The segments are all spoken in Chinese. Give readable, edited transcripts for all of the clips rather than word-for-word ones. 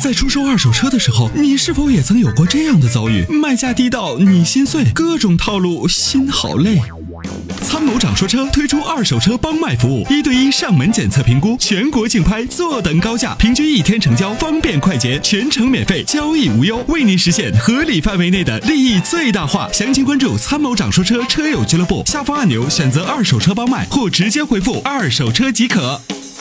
在出售二手车的时候，你是否也曾有过这样的遭遇？卖价低到你心碎，各种套路，心好累。参谋长说车推出二手车帮卖服务，1对1上门检测评估，全国竞拍，坐等高价，平均1天成交，方便快捷，全程免费，交易无忧，为您实现合理范围内的利益最大化。详情关注参谋长说车车友俱乐部，下方按钮选择二手车帮卖，或直接回复二手车即可。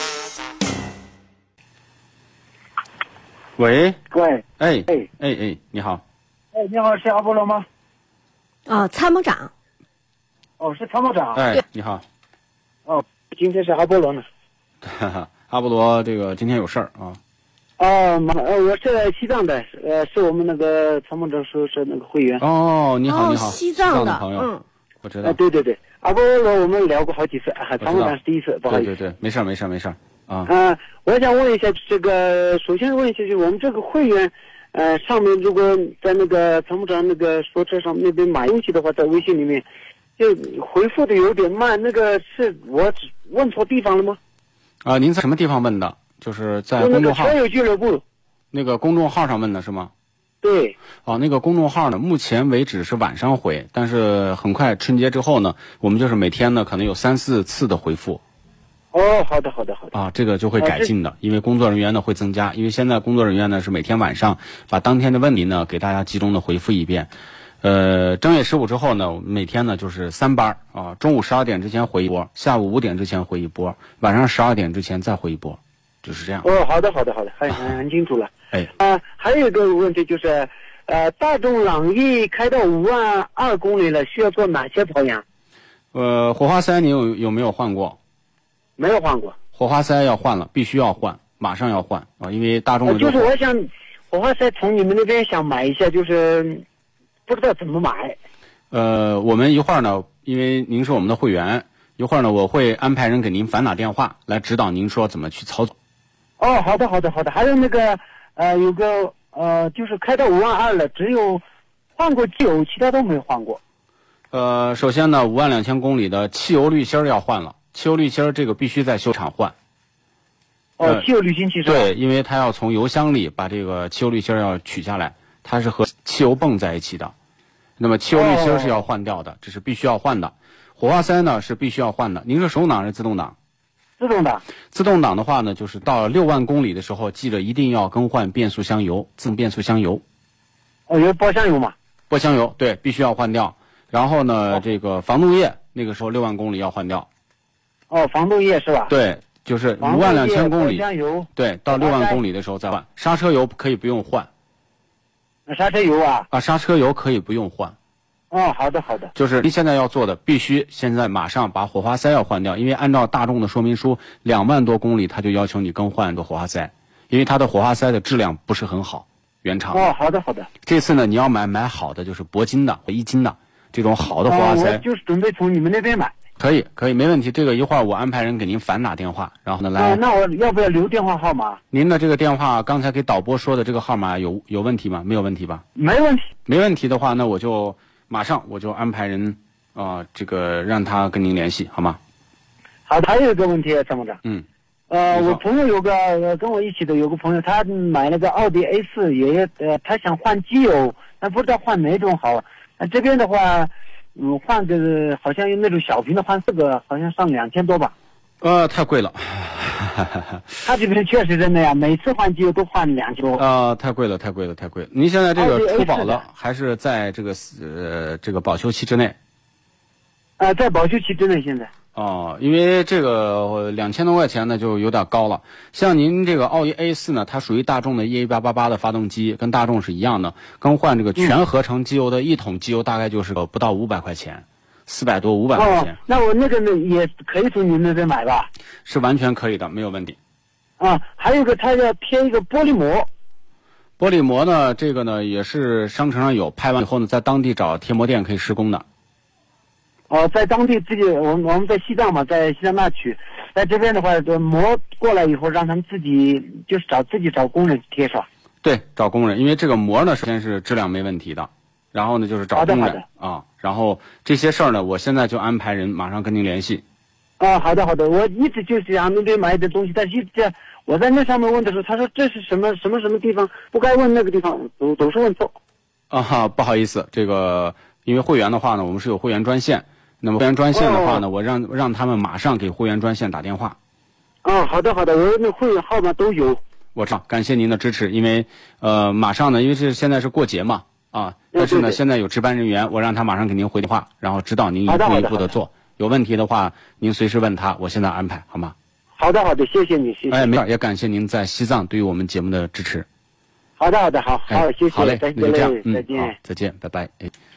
喂， 哎， 你好。 你好，是阿波罗吗？ 参谋长。 是参谋长。 你好。 今天是阿波罗呢。 阿波罗，这个今天有事儿啊。 我是西藏的，是我们那个参谋长说是那个会员。 你好， 西藏的朋友，我知道。 对，阿波罗我们聊过好几次，参谋长是第一次，不好意思。 对，没事儿啊。 我想问一下这个，首先问一下就是我们这个会员，上面如果在那个参谋长那个说车上那边买东西的话，在微信里面就回复的有点慢，那个是我问错地方了吗？ 您在什么地方问的？就是在公众号。 车友俱乐部。 那个公众号上问的是吗？ 对。 那个公众号呢，目前为止是晚上回，但是很快春节之后呢，我们就是每天呢可能有3、4次的回复。 好的。 这个就会改进的，因为工作人员呢会增加，因为现在工作人员呢是每天晚上把当天的问题呢给大家集中的回复一遍。正月15之后呢，我们每天呢就是3班中午12点之前回一波，下午5点之前回一波，晚上12点之前再回一波，就是这样。 好的，很清楚了。还有一个问题就是，大众朗逸开到52000公里了，需要做哪些保养？ 火花塞你有没有换过？ 没有换过。 火花塞要换了，必须要换，马上要换因为大众的就是我想火花塞从你们那边想买一下，就是不知道怎么买。 我们一会儿呢，因为您是我们的会员，一会儿呢我会安排人给您反打电话来指导您说怎么去操作。 好的。还有那个有个就是开到52000了，只有换过机油，其他都没换过。 首先呢，52000公里的汽油滤芯要换了。汽油滤芯这个必须在修厂换。 汽油滤芯其实对，因为它要从油箱里把这个汽油滤芯要取下来，它是和汽油泵在一起的。那么汽油滤芯是要换掉的，这是必须要换的。火花塞呢是必须要换的。您是手挡还是自动挡？ 自动挡。 自动挡的话呢，就是到6万公里的时候，记着一定要更换变速箱油，自动变速箱油。 有波箱油嘛？ 波箱油对，必须要换掉。然后呢，这个防冻液那个时候6万公里要换掉。 防冻液是吧？ 对，就是52000公里。 对， 到6万公里的时候再换。刹车油可以不用换。 刹车油刹车油可以不用换。 好的。 就是您现在要做的，必须现在马上把火花塞要换掉，因为按照大众的说明书，2万多公里他就要求你更换个火花塞，因为它的火花塞的质量不是很好，原厂。 好的。 这次呢，你要买好的，就是铂金的、1金的这种好的火花塞。 我就是准备从你们那边买。 可以，没问题。这个一会儿我安排人给您反打电话，然后呢来。 那我要不要留电话号码？ 您的这个电话刚才给导播说的这个号码有问题吗？没有问题吧？ 没问题。 没问题的话，那我就马上安排人这个让他跟您联系，好吗？ 好的，还有一个问题，参谋长。我朋友有个跟我一起的有个朋友，他买了个奥迪 A4，他想换机油，但不知道换哪种好。这边的话。换个好像用那种小瓶的换4个，好像上2000多吧。 太贵了。 他这边确实真的呀，每次换机油都换2000多。 太贵了。您现在这个出保了，还是在这个保修期之内？ 在保修期之内现在。 因为这个2000多块钱呢就有点高了。像您这个奥迪 A4 呢，它属于大众的 E1888 的发动机，跟大众是一样的。更换这个全合成机油的一桶机油大概就是不到500块钱，400多500块钱。 那我那个呢也可以从您那边买吧？ 是完全可以的，没有问题。 还有个他要贴一个玻璃膜。 玻璃膜呢，这个呢也是商城上有，拍完以后呢，在当地找贴膜店可以施工的。 在当地自己，我们在西藏嘛，在西藏那取，在这边的话，膜过来以后，让他们自己找工人贴是吧？ 对，找工人，因为这个膜呢，首先是质量没问题的，然后呢就是找工人然后这些事儿呢，我现在就安排人马上跟您联系。 好的，我一直就是想那边买点东西，但是我在那上面问的时候，他说这是什么地方，不该问那个地方，总是问错。 不好意思，这个因为会员的话呢，我们是有会员专线，那么会员专线的话呢，我让他们马上给会员专线打电话。 好的，我那会员号码都有。 我知道，感谢您的支持，因为马上呢，因为现在是过节嘛，但是呢，现在有值班人员，我让他马上给您回电话，然后指导您一步一步的做。有问题的话，您随时问他，我现在安排，好吗？ 好的，谢谢你，谢谢。 没事，也感谢您在西藏对于我们节目的支持。 好的，好，谢谢。 好嘞，那就这样， 再见， 再见，拜拜。